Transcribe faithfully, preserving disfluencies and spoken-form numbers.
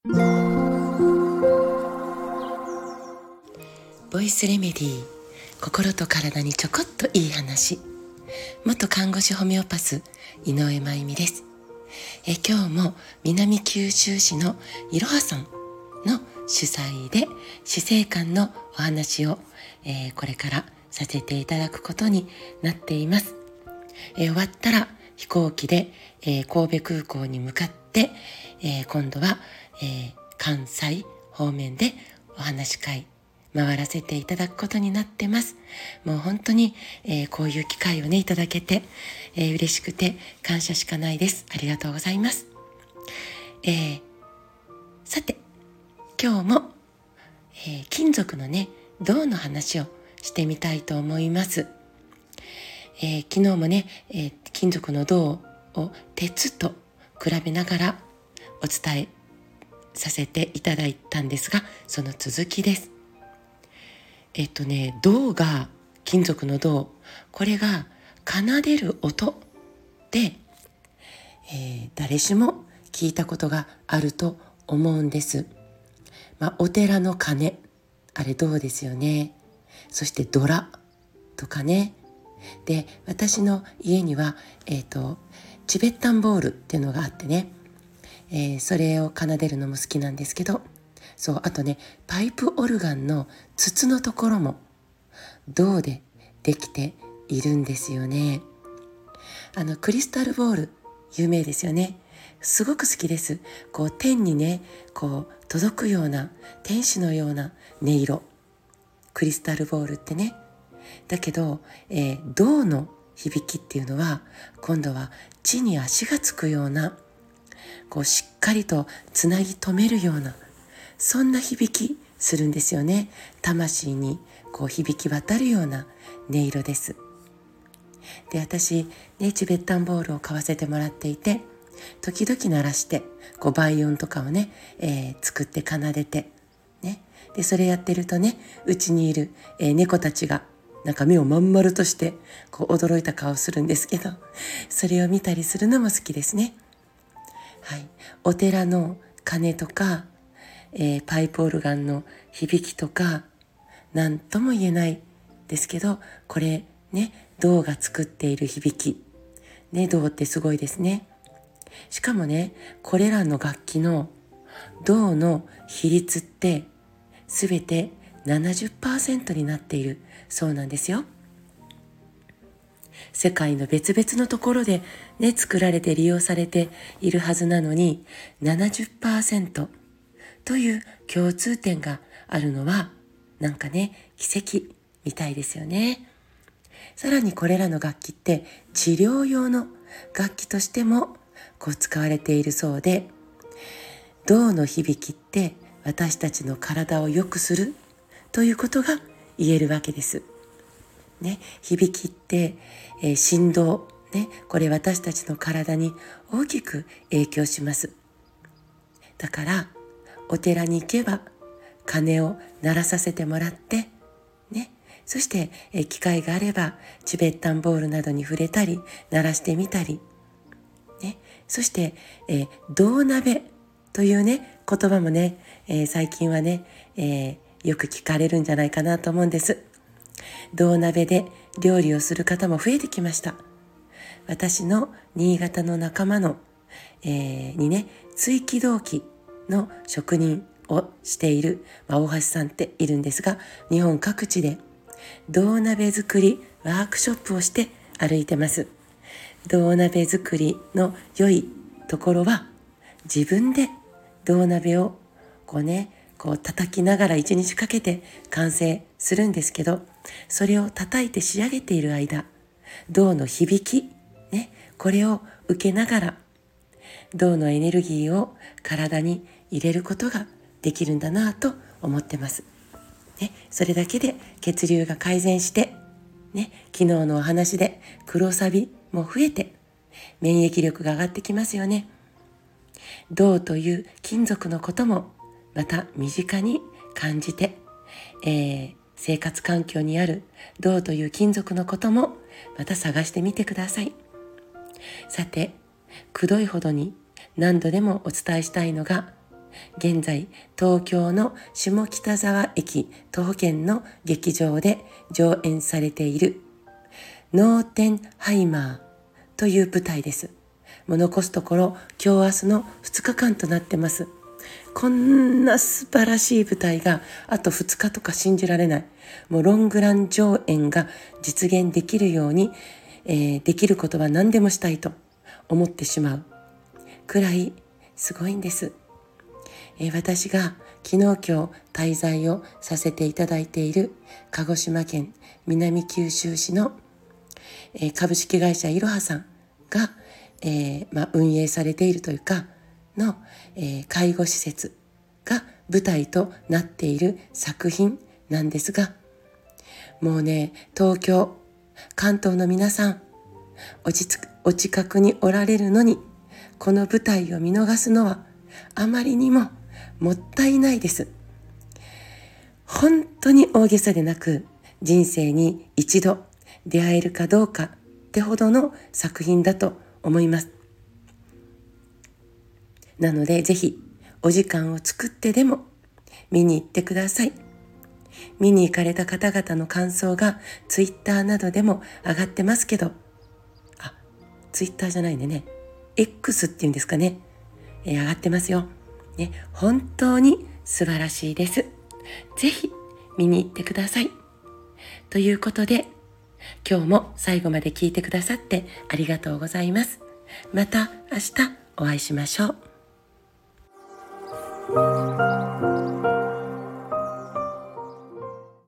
ボイスレメディー、心と体にちょこっといい話。元看護師ホメオパス井上真由美です。え今日も南九州市のいろはさんの主催で死生観のお話を、えー、これからさせていただくことになっています。えー、終わったら飛行機で、えー、神戸空港に向かって、えー、今度は、えー、関西方面でお話し会回らせていただくことになってます。もう本当に、えー、こういう機会をねいただけて、えー、嬉しくて感謝しかないです。ありがとうございます。えー、さて今日も、えー、金属のね銅の話をしてみたいと思います。えー、昨日もね、えー、金属の銅を鉄と比べながらお伝えさせていただいたんですが、その続きです。えっとね、銅が、金属の銅、これが奏でる音で、えー、誰しも聞いたことがあると思うんです。まあ、お寺の鐘、あれ銅ですよね。そしてドラとかね。で、私の家には、えっと、チベッタンボールっていうのがあってね、えー、それを奏でるのも好きなんですけど、そう、あとね、パイプオルガンの筒のところも銅でできているんですよね。あのクリスタルボール有名ですよね。すごく好きです。こう天にね、こう届くような天使のような音色、クリスタルボールってね。だけど、えー、銅の響きっていうのは今度は地に足がつくような、こうしっかりとつなぎ止めるような、そんな響きするんですよね。魂にこう響き渡るような音色です。で、私ね、チベッタンボールを買わせてもらっていて、時々鳴らしてこう倍音とかをね、えー、作って奏でてね。で、それやってるとね、うちにいる、えー、猫たちがなんか目をまん丸としてこう驚いた顔するんですけど、それを見たりするのも好きですね。はい、お寺の鐘とか、えー、パイプオルガンの響きとか、何とも言えないですけど、これね、銅が作っている響き、ね、銅ってすごいですね。しかもね、これらの楽器の銅の比率ってすべて ななじゅっパーセント になっているそうなんですよ。世界の別々のところでね、作られて利用されているはずなのに ななじゅっパーセント という共通点があるのはなんかね、奇跡みたいですよね。さらにこれらの楽器って治療用の楽器としてもこう使われているそうで、銅の響きって私たちの体を良くするということが言えるわけです。ね、響きって、えー、振動、ね、これ私たちの体に大きく影響します。だからお寺に行けば鐘を鳴らさせてもらって、ね、そして、えー、機会があればチベッタンボールなどに触れたり鳴らしてみたり、ね、そして、えー、銅鍋というね言葉もね、えー、最近はね、えー、よく聞かれるんじゃないかなと思うんです。銅鍋で料理をする方も増えてきました。私の新潟の仲間の、えー、にね、鎚起銅器の職人をしている、まあ、大橋さんっているんですが、日本各地で銅鍋作りワークショップをして歩いてます。銅鍋作りの良いところは、自分で銅鍋をこうね、こう叩きながら一日かけて完成するんですけど、それを叩いて仕上げている間、銅の響き、ね、これを受けながら銅のエネルギーを体に入れることができるんだなと思ってます、ね、それだけで血流が改善して、ね、昨日のお話で黒サビも増えて免疫力が上がってきますよね。銅という金属のこともまた身近に感じて、えー、生活環境にある銅という金属のこともまた探してみてください。さて、くどいほどに何度でもお伝えしたいのが、 現在東京の下北沢駅徒歩圏の劇場で上演されているノーテンハイマーという舞台です。もう残すところ今日明日のふつかかんとなってます。こんな素晴らしい舞台があとふつかとか信じられない。もうロングラン上演が実現できるように、えー、できることは何でもしたいと思ってしまうくらいすごいんです。えー、私が昨日今日滞在をさせていただいている鹿児島県南九州市の、えー、株式会社いろはさんが、えーまあ、運営されているというかの、えー、介護施設が舞台となっている作品なんですが、もうね、東京関東の皆さんおちつお近くにおられるのにこの舞台を見逃すのはあまりにももったいないです。本当に大げさでなく人生に一度出会えるかどうかってほどの作品だと思います。なのでぜひお時間を作ってでも見に行ってください。見に行かれた方々の感想がツイッターなどでも上がってますけど、あ、ツイッターじゃないね、X っていうんですかね、えー、上がってますよ、ね、本当に素晴らしいです。ぜひ見に行ってください。ということで今日も最後まで聞いてくださってありがとうございます。また明日お会いしましょう。